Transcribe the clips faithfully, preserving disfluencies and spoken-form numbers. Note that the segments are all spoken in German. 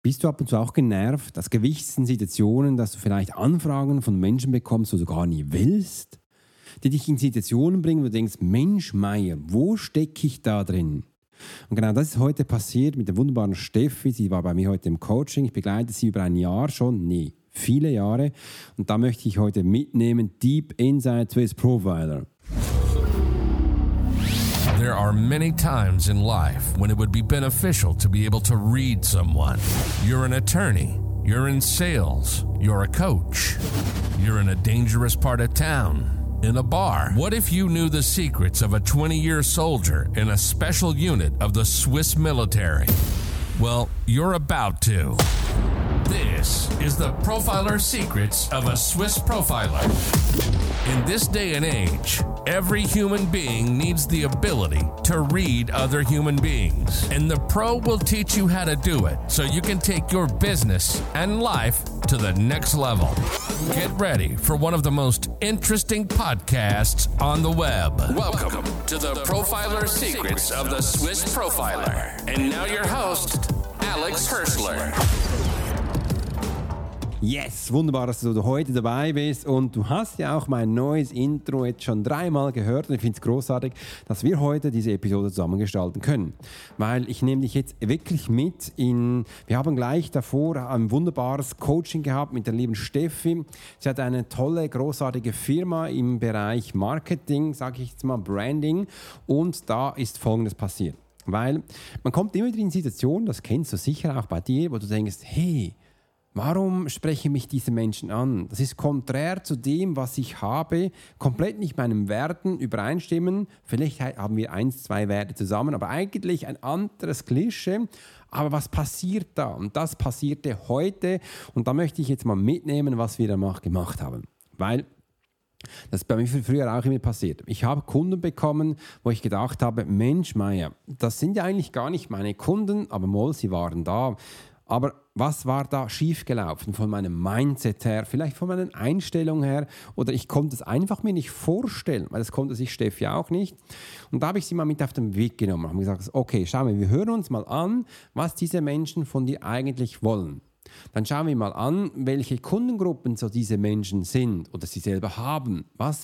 Bist du ab und zu auch genervt aus gewissen Situationen, dass du vielleicht Anfragen von Menschen bekommst, die du gar nie willst? Die dich in Situationen bringen, wo du denkst, Mensch, Meier, wo stecke ich da drin? Und genau das ist heute passiert mit der wunderbaren Steffi. Sie war bei mir heute im Coaching. Ich begleite sie über ein Jahr schon. Nee, viele Jahre. Und da möchte ich heute mitnehmen, Deep Inside Swiss Profiler. There are many times in life when it would be beneficial to be able to read someone. You're an attorney. You're in sales. You're a coach. You're in a dangerous part of town. In a bar. What if you knew the secrets of a twenty-year soldier in a special unit of the Swiss military? Well, you're about to. This is the Profiler Secrets of a Swiss Profiler. In this day and age, every human being needs the ability to read other human beings. And the Pro will teach you how to do it so you can take your business and life to the next level. Get ready for one of the most interesting podcasts on the web. Welcome to the Profiler Secrets of the Swiss Profiler. And now your host, Alex Hirschler. Yes, wunderbar, dass du heute dabei bist und du hast ja auch mein neues Intro jetzt schon dreimal gehört und ich finde es großartig, dass wir heute diese Episode zusammengestalten können, weil ich nehme dich jetzt wirklich mit in, wir haben gleich davor ein wunderbares Coaching gehabt mit der lieben Steffi. Sie hat eine tolle, großartige Firma im Bereich Marketing, sage ich jetzt mal Branding, und da ist Folgendes passiert, weil man kommt immer wieder in Situationen, das kennst du sicher auch bei dir, wo du denkst, hey, warum sprechen mich diese Menschen an? Das ist konträr zu dem, was ich habe, komplett nicht meinen Werten übereinstimmen. Vielleicht haben wir eins, zwei Werte zusammen, aber eigentlich ein anderes Klischee. Aber was passiert da? Und das passierte heute. Und da möchte ich jetzt mal mitnehmen, was wir danach gemacht haben. Weil das ist bei mir früher auch immer passiert. Ich habe Kunden bekommen, wo ich gedacht habe, Mensch, Meier, das sind ja eigentlich gar nicht meine Kunden, aber mal, sie waren da. Aber was war da schiefgelaufen von meinem Mindset her, vielleicht von meiner Einstellung her, oder ich konnte es einfach mir nicht vorstellen, weil das konnte sich Steffi auch nicht. Und da habe ich sie mal mit auf den Weg genommen und habe gesagt, okay, schauen wir, wir hören uns mal an, was diese Menschen von dir eigentlich wollen. Dann schauen wir mal an, welche Kundengruppen so diese Menschen sind oder sie selber haben. Was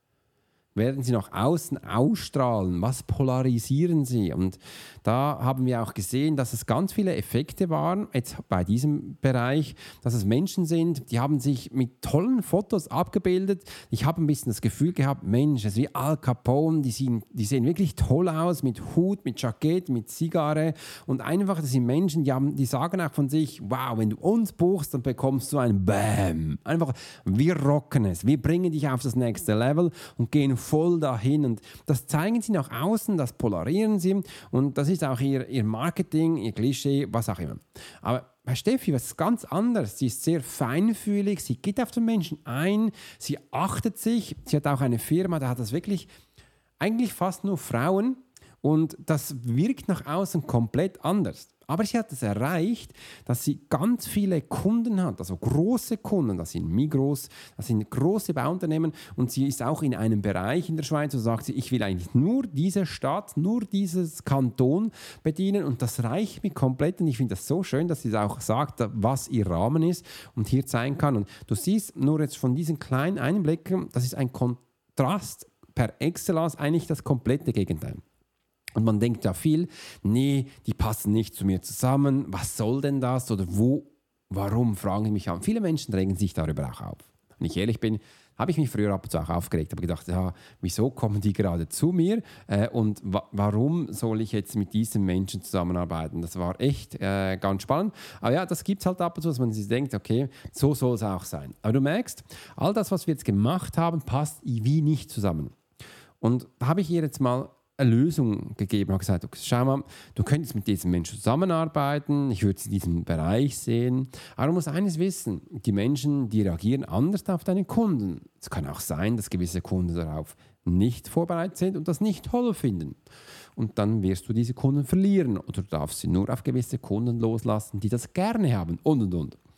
werden sie nach außen ausstrahlen? Was polarisieren sie? Und da haben wir auch gesehen, dass es ganz viele Effekte waren, jetzt bei diesem Bereich, dass es Menschen sind, die haben sich mit tollen Fotos abgebildet. Ich habe ein bisschen das Gefühl gehabt, Mensch, das ist wie Al Capone, die sehen, die sehen wirklich toll aus, mit Hut, mit Jackett, mit Zigarre. Und einfach, das sind Menschen, die, haben, die sagen auch von sich, wow, wenn du uns buchst, dann bekommst du ein Bam. Einfach, wir rocken es, wir bringen dich auf das nächste Level und gehen voll dahin, und das zeigen sie nach außen, das polarieren sie, und das ist auch ihr, ihr Marketing, ihr Klischee, was auch immer. Aber bei Steffi was ist ganz anders. Sie ist sehr feinfühlig, sie geht auf den Menschen ein, sie achtet sich, sie hat auch eine Firma, da hat das wirklich eigentlich fast nur Frauen, und das wirkt nach außen komplett anders. Aber sie hat es erreicht, dass sie ganz viele Kunden hat, also große Kunden, das sind Migros, das sind große Bauunternehmen, und sie ist auch in einem Bereich in der Schweiz, wo sagt sie, ich will eigentlich nur diese Stadt, nur dieses Kanton bedienen, und das reicht mir komplett, und ich finde das so schön, dass sie auch sagt, was ihr Rahmen ist und hier zeigen kann. Und du siehst nur jetzt von diesen kleinen Einblicken, das ist ein Kontrast per excellence, eigentlich das komplette Gegenteil. Und man denkt ja viel, nee, die passen nicht zu mir zusammen, was soll denn das oder wo, warum, fragen die mich an. Viele Menschen regen sich darüber auch auf. Wenn ich ehrlich bin, habe ich mich früher ab und zu auch aufgeregt, habe gedacht, ja, wieso kommen die gerade zu mir äh, und wa- warum soll ich jetzt mit diesen Menschen zusammenarbeiten? Das war echt äh, ganz spannend. Aber ja, das gibt es halt ab und zu, dass man sich denkt, okay, so soll es auch sein. Aber du merkst, all das, was wir jetzt gemacht haben, passt wie nicht zusammen. Und da habe ich ihr jetzt mal eine Lösung gegeben, habe gesagt, okay, schau mal, du könntest mit diesem Menschen zusammenarbeiten, ich würde es in diesem Bereich sehen, aber du musst eines wissen, die Menschen, die reagieren anders auf deine Kunden. Es kann auch sein, dass gewisse Kunden darauf nicht vorbereitet sind und das nicht toll finden. Und dann wirst du diese Kunden verlieren oder du darfst sie nur auf gewisse Kunden loslassen, die das gerne haben und und und.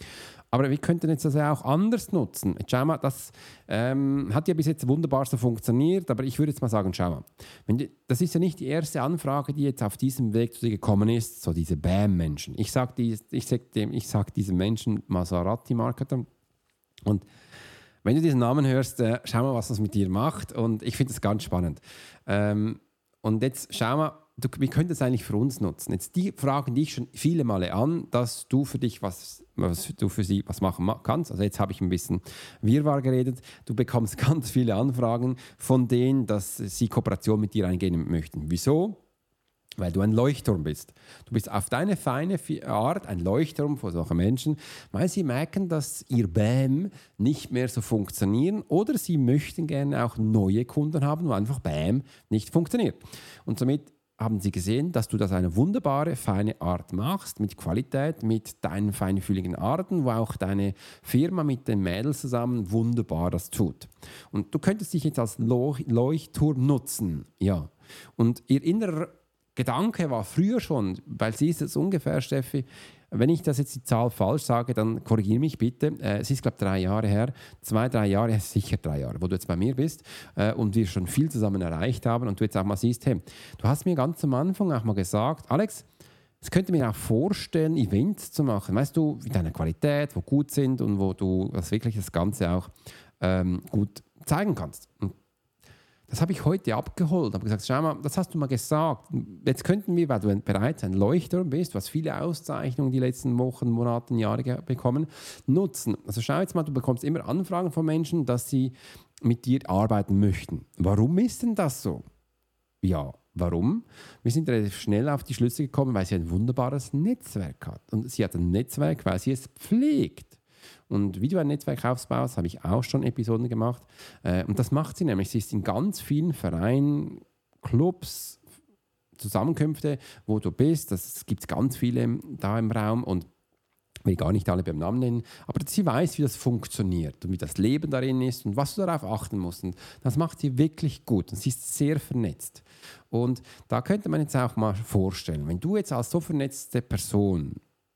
Aber wir könnten jetzt das ja auch anders nutzen. Jetzt schau mal, das ähm, hat ja bis jetzt wunderbar so funktioniert, aber ich würde jetzt mal sagen, schau mal, wenn die, das ist ja nicht die erste Anfrage, die jetzt auf diesem Weg zu dir gekommen ist, so diese Bam-Menschen. Ich sage die, ich sag dem, ich sag diesem Menschen Maserati-Marketer. Und wenn du diesen Namen hörst, äh, schau mal, was das mit dir macht. Und ich finde das ganz spannend. Ähm, und jetzt schau mal, du, wir können das eigentlich für uns nutzen. Jetzt die fragen dich schon viele Male an, dass du für dich was, was du für sie was machen kannst. Also jetzt habe ich ein bisschen Wirrwarr geredet. Du bekommst ganz viele Anfragen von denen, dass sie Kooperation mit dir eingehen möchten. Wieso? Weil du ein Leuchtturm bist. Du bist auf deine feine Art ein Leuchtturm für solche Menschen, weil sie merken, dass ihr Bam nicht mehr so funktionieren oder sie möchten gerne auch neue Kunden haben, wo einfach Bam nicht funktioniert. Und somit haben sie gesehen, dass du das eine wunderbare, feine Art machst, mit Qualität, mit deinen feinfühligen Arten, wo auch deine Firma mit den Mädels zusammen wunderbar das tut. Und du könntest dich jetzt als Leuchtturm nutzen. Ja. Und ihr innerer Gedanke war früher schon, weil sie ist es ungefähr, Steffi, wenn ich das jetzt die Zahl falsch sage, dann korrigiere mich bitte. Äh, es ist, glaube ich, drei Jahre her, zwei, drei Jahre, sicher drei Jahre, wo du jetzt bei mir bist äh, und wir schon viel zusammen erreicht haben und du jetzt auch mal siehst, hey, du hast mir ganz am Anfang auch mal gesagt, Alex, es könnte mir auch vorstellen, Events zu machen, weißt du, mit deiner Qualität, wo gut sind und wo du das wirklich das Ganze auch ähm, gut zeigen kannst. Und das habe ich heute abgeholt, habe gesagt, schau mal, das hast du mal gesagt. Jetzt könnten wir, weil du bereits ein Leuchtturm bist, du hast viele Auszeichnungen die letzten Wochen, Monate, Jahre bekommen, nutzen. Also schau jetzt mal, du bekommst immer Anfragen von Menschen, dass sie mit dir arbeiten möchten. Warum ist denn das so? Ja, warum? Wir sind relativ schnell auf die Schlüsse gekommen, weil sie ein wunderbares Netzwerk hat. Und sie hat ein Netzwerk, weil sie es pflegt. Und wie du ein Netzwerk aufbaust, habe ich auch schon Episoden gemacht. Und das macht sie nämlich. Sie ist in ganz vielen Vereinen, Clubs, Zusammenkünfte, wo du bist. Es gibt ganz viele da im Raum und ich will gar nicht alle beim Namen nennen, aber sie weiß, wie das funktioniert und wie das Leben darin ist und was du darauf achten musst. Und das macht sie wirklich gut und sie ist sehr vernetzt. Und da könnte man jetzt auch mal vorstellen, wenn du jetzt als so vernetzte Person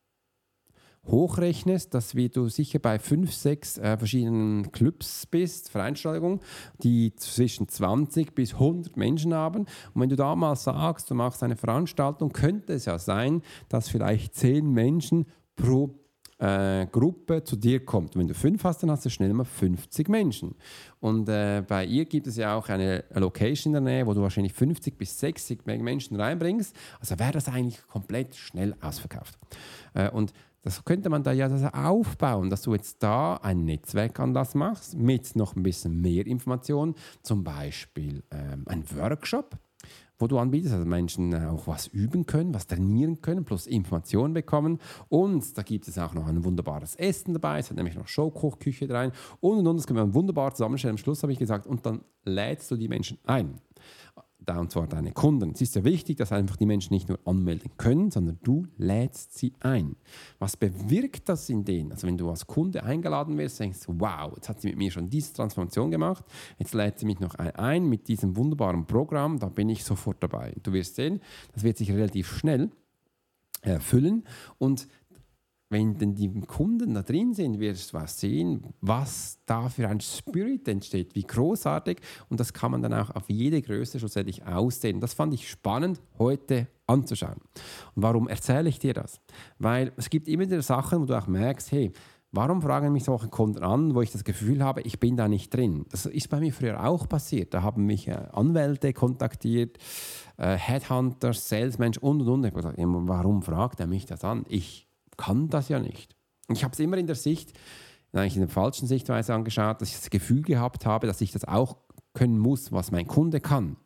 hochrechnest, dass wir du sicher bei fünf, sechs äh, verschiedenen Clubs bist, Veranstaltungen, die zwischen zwanzig bis hundert Menschen haben. Und wenn du da mal sagst, du machst eine Veranstaltung, könnte es ja sein, dass vielleicht zehn Menschen pro äh, Gruppe zu dir kommt. Und wenn du fünf hast, dann hast du schnell mal fünfzig Menschen. Und äh, bei ihr gibt es ja auch eine Location in der Nähe, wo du wahrscheinlich fünfzig bis sechzig Menschen reinbringst. Also wäre das eigentlich komplett schnell ausverkauft. Äh, und das könnte man da ja aufbauen, dass du jetzt da ein Netzwerkanlass machst mit noch ein bisschen mehr Informationen, zum Beispiel ähm, ein Workshop, wo du anbietest, also Menschen auch was üben können, was trainieren können, plus Informationen bekommen. Und da gibt es auch noch ein wunderbares Essen dabei, es hat nämlich noch Showkochküche rein und und und, das können wir wunderbar zusammenstellen. Am Schluss habe ich gesagt, und dann lädst du die Menschen ein. Da und zwar deine Kunden. Es ist ja wichtig, dass einfach die Menschen nicht nur anmelden können, sondern du lädst sie ein. Was bewirkt das in denen? Also wenn du als Kunde eingeladen wirst, denkst du, wow, jetzt hat sie mit mir schon diese Transformation gemacht, jetzt lädt sie mich noch ein mit diesem wunderbaren Programm, da bin ich sofort dabei. Du wirst sehen, das wird sich relativ schnell erfüllen und wenn denn die Kunden da drin sind, wirst du was sehen, was da für ein Spirit entsteht, wie großartig. Und das kann man dann auch auf jede Größe schlussendlich ausdehnen. Das fand ich spannend, heute anzuschauen. Und warum erzähle ich dir das? Weil es gibt immer wieder Sachen, wo du auch merkst, hey, warum fragen mich solche Kunden an, wo ich das Gefühl habe, ich bin da nicht drin? Das ist bei mir früher auch passiert. Da haben mich äh, Anwälte kontaktiert, äh, Headhunters, Salesmenschen und und und. Ich habe gesagt, warum fragt er mich das an? Ich kann das ja nicht. Ich habe es immer in der Sicht, eigentlich in der falschen Sichtweise angeschaut, dass ich das Gefühl gehabt habe, dass ich das auch können muss, was mein Kunde kann.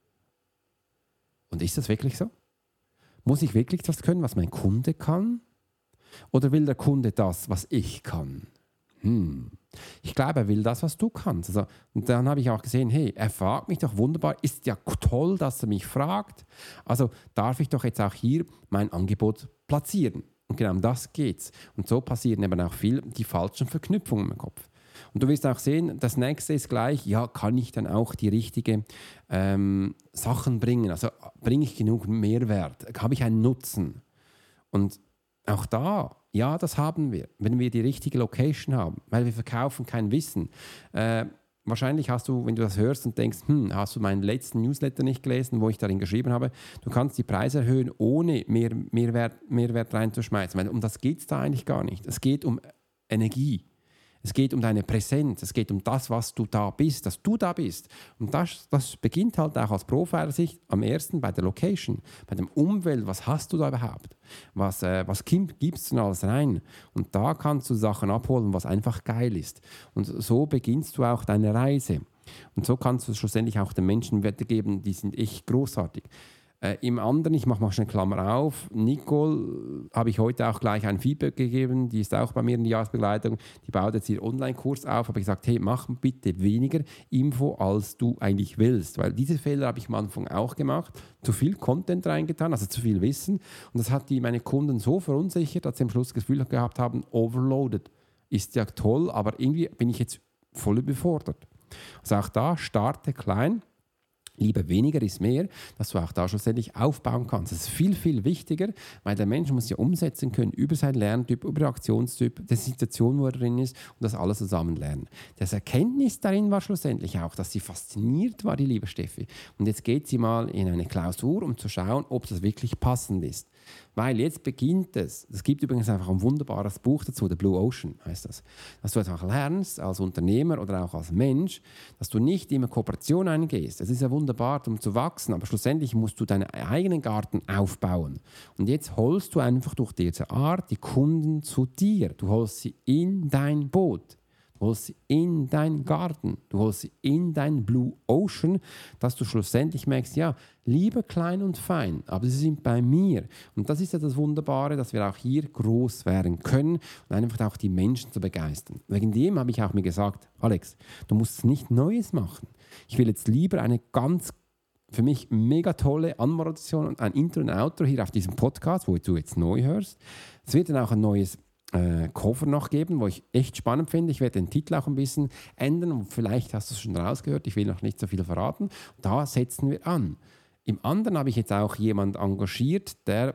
Und ist das wirklich so? Muss ich wirklich das können, was mein Kunde kann? Oder will der Kunde das, was ich kann? Hm. Ich glaube, er will das, was du kannst. Also, und dann habe ich auch gesehen, hey, er fragt mich doch wunderbar, ist ja toll, dass er mich fragt. Also darf ich doch jetzt auch hier mein Angebot platzieren. Und genau um das geht's. Und so passieren eben auch viel die falschen Verknüpfungen im Kopf. Und du wirst auch sehen, das nächste ist gleich, ja, kann ich dann auch die richtigen ähm, Sachen bringen? Also bringe ich genug Mehrwert? Habe ich einen Nutzen? Und auch da, Ja, das haben wir, wenn wir die richtige Location haben, weil wir verkaufen kein Wissen. Äh, wahrscheinlich hast du, wenn du das hörst und denkst, hm, hast du meinen letzten Newsletter nicht gelesen, wo ich darin geschrieben habe, du kannst die Preise erhöhen, ohne mehr Mehrwert, Mehrwert reinzuschmeißen, weil um das geht es da eigentlich gar nicht. Es geht um Energie. Es geht um deine Präsenz, es geht um das, was du da bist, dass du da bist. Und das, das beginnt halt auch aus Profiler-Sicht am ersten bei der Location, bei dem Umwelt. Was hast du da überhaupt? Was, äh, was gibt es denn alles rein? Und da kannst du Sachen abholen, was einfach geil ist. Und so beginnst du auch deine Reise. Und so kannst du schlussendlich auch den Menschen weitergeben, die sind echt großartig. Äh, Im anderen, ich mache mal schnell Klammer auf, Nicole habe ich heute auch gleich ein Feedback gegeben, die ist auch bei mir in der Jahresbegleitung, die baut jetzt ihren Online-Kurs auf, habe ich gesagt, hey, mach bitte weniger Info, als du eigentlich willst, weil diese Fehler habe ich am Anfang auch gemacht, zu viel Content reingetan, also zu viel Wissen und das hat die meine Kunden so verunsichert, dass sie am Schluss das Gefühl gehabt haben, overloaded, ist ja toll, aber irgendwie bin ich jetzt voll überfordert. Also auch da, starte klein. Lieber weniger ist mehr, dass du auch da schlussendlich aufbauen kannst. Das ist viel, viel wichtiger, weil der Mensch muss ja umsetzen können über seinen Lerntyp, über den Aktionstyp, die Situation, wo er drin ist und das alles zusammen lernen. Das Erkenntnis darin war schlussendlich auch, dass sie fasziniert war, die liebe Steffi. Und jetzt geht sie mal in eine Klausur, um zu schauen, ob das wirklich passend ist. Weil jetzt beginnt es, es gibt übrigens einfach ein wunderbares Buch dazu, The Blue Ocean heißt das, dass du einfach lernst als Unternehmer oder auch als Mensch, dass du nicht immer Kooperation eingehst. Das ist ja wunderbar, um zu wachsen, aber schlussendlich musst du deinen eigenen Garten aufbauen. Und jetzt holst du einfach durch diese Art die Kunden zu dir. Du holst sie in dein Boot. Du holst sie in deinen Garten, du holst sie in dein Blue Ocean, dass du schlussendlich merkst, ja, lieber klein und fein, aber sie sind bei mir. Und das ist ja das Wunderbare, dass wir auch hier groß werden können und einfach auch die Menschen zu begeistern. Wegen dem habe ich auch mir gesagt, Alex, du musst nicht Neues machen. Ich will jetzt lieber eine ganz für mich mega tolle Anmoderation und ein Intro und ein Outro hier auf diesem Podcast, wo du jetzt neu hörst. Es wird dann auch ein neues Äh, Cover noch geben, wo ich echt spannend finde. Ich werde den Titel auch ein bisschen ändern und vielleicht hast du es schon rausgehört, ich will noch nicht so viel verraten. Da setzen wir an. Im anderen habe ich jetzt auch jemanden engagiert, der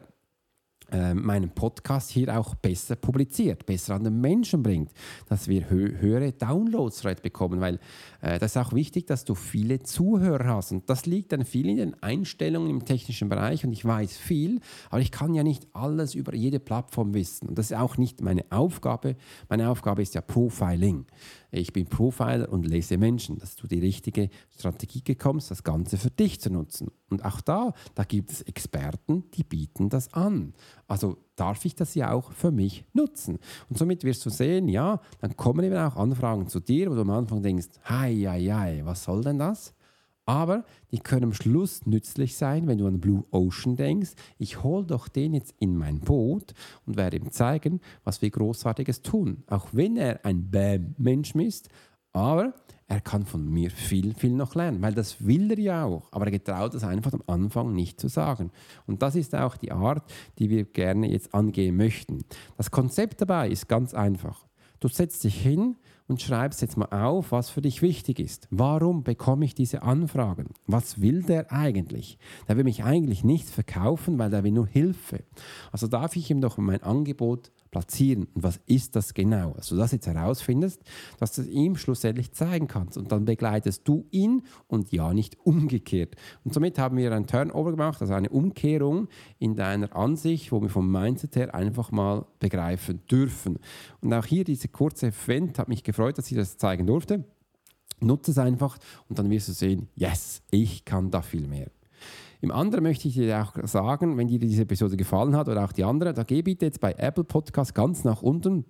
äh, meinen Podcast hier auch besser publiziert, besser an den Menschen bringt, dass wir hö- höhere Downloads bekommen, weil äh, das ist auch wichtig, dass du viele Zuhörer hast und das liegt dann viel in den Einstellungen im technischen Bereich und ich weiß viel, aber ich kann ja nicht alles über jede Plattform wissen und das ist auch nicht meine Aufgabe. Meine Aufgabe ist ja Profiling. Ich bin Profiler und lese Menschen, dass du die richtige Strategie bekommst, das Ganze für dich zu nutzen. Und auch da, da gibt es Experten, die bieten das an. Also darf ich das ja auch für mich nutzen. Und somit wirst du sehen, ja, dann kommen eben auch Anfragen zu dir, wo du am Anfang denkst, hei, hei, hei, was soll denn das? Aber die können am Schluss nützlich sein, wenn du an Blue Ocean denkst. Ich hole doch den jetzt in mein Boot und werde ihm zeigen, was wir Großartiges tun. Auch wenn er ein Bäm-Mensch ist, aber er kann von mir viel, viel noch lernen, weil das will er ja auch. Aber er getraut es einfach am Anfang nicht zu sagen. Und das ist auch die Art, die wir gerne jetzt angehen möchten. Das Konzept dabei ist ganz einfach. Du setzt dich hin und schreibst jetzt mal auf, was für dich wichtig ist. Warum bekomme ich diese Anfragen? Was will der eigentlich? Der will mich eigentlich nicht verkaufen, weil der will nur Hilfe. Also darf ich ihm doch mein Angebot platzieren. Und was ist das genau? Also du das jetzt herausfindest, dass du es ihm schlussendlich zeigen kannst. Und dann begleitest du ihn und ja nicht umgekehrt. Und somit haben wir ein Turnover gemacht, also eine Umkehrung in deiner Ansicht, wo wir vom Mindset her einfach mal begreifen dürfen. Und auch hier diese kurze Event hat mich gefreut, dass ich das zeigen durfte. Nutze es einfach und dann wirst du sehen, yes, ich kann da viel mehr. Im anderen möchte ich dir auch sagen, wenn dir diese Episode gefallen hat oder auch die andere, da geh bitte jetzt bei Apple Podcast ganz nach unten,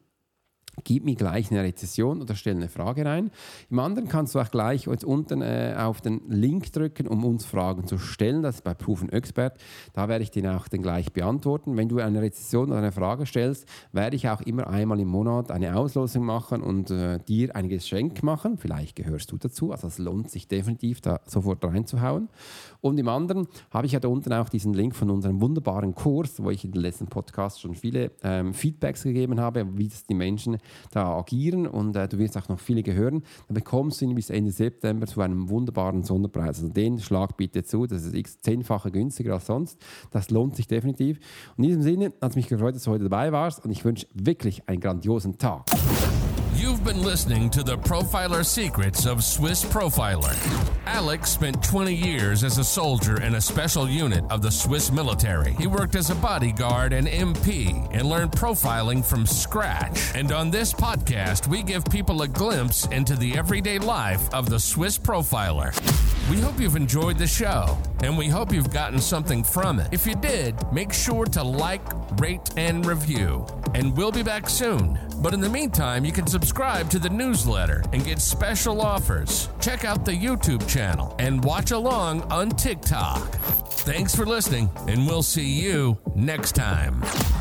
gib mir gleich eine Rezession oder stell eine Frage rein. Im anderen kannst du auch gleich jetzt unten äh, auf den Link drücken, um uns Fragen zu stellen. Das ist bei Proven Expert. Da werde ich den auch dann gleich beantworten. Wenn du eine Rezession oder eine Frage stellst, werde ich auch immer einmal im Monat eine Auslosung machen und äh, dir ein Geschenk machen. Vielleicht gehörst du dazu. Also es lohnt sich definitiv, da sofort reinzuhauen. Und im anderen habe ich ja da unten auch diesen Link von unserem wunderbaren Kurs, wo ich in den letzten Podcasts schon viele ähm, Feedbacks gegeben habe, wie das die Menschen da agieren und äh, du wirst auch noch viele hören. Dann bekommst du ihn bis Ende September zu einem wunderbaren Sonderpreis. Also den schlag bitte zu, das ist x zehnfache günstiger als sonst. Das lohnt sich definitiv. Und in diesem Sinne hat es mich gefreut, dass du heute dabei warst und ich wünsche wirklich einen grandiosen Tag. You've been listening to the Profiler Secrets of Swiss Profiler. Alex spent twenty years as a soldier in a special unit of the Swiss military. He worked as a bodyguard and M P and learned profiling from scratch. And on this podcast, we give people a glimpse into the everyday life of the Swiss Profiler. We hope you've enjoyed the show, and we hope you've gotten something from it. If you did, make sure to like, rate, and review. And we'll be back soon. But in the meantime, you can subscribe to the newsletter and get special offers. Check out the YouTube channel and watch along on TikTok. Thanks for listening, and we'll see you next time.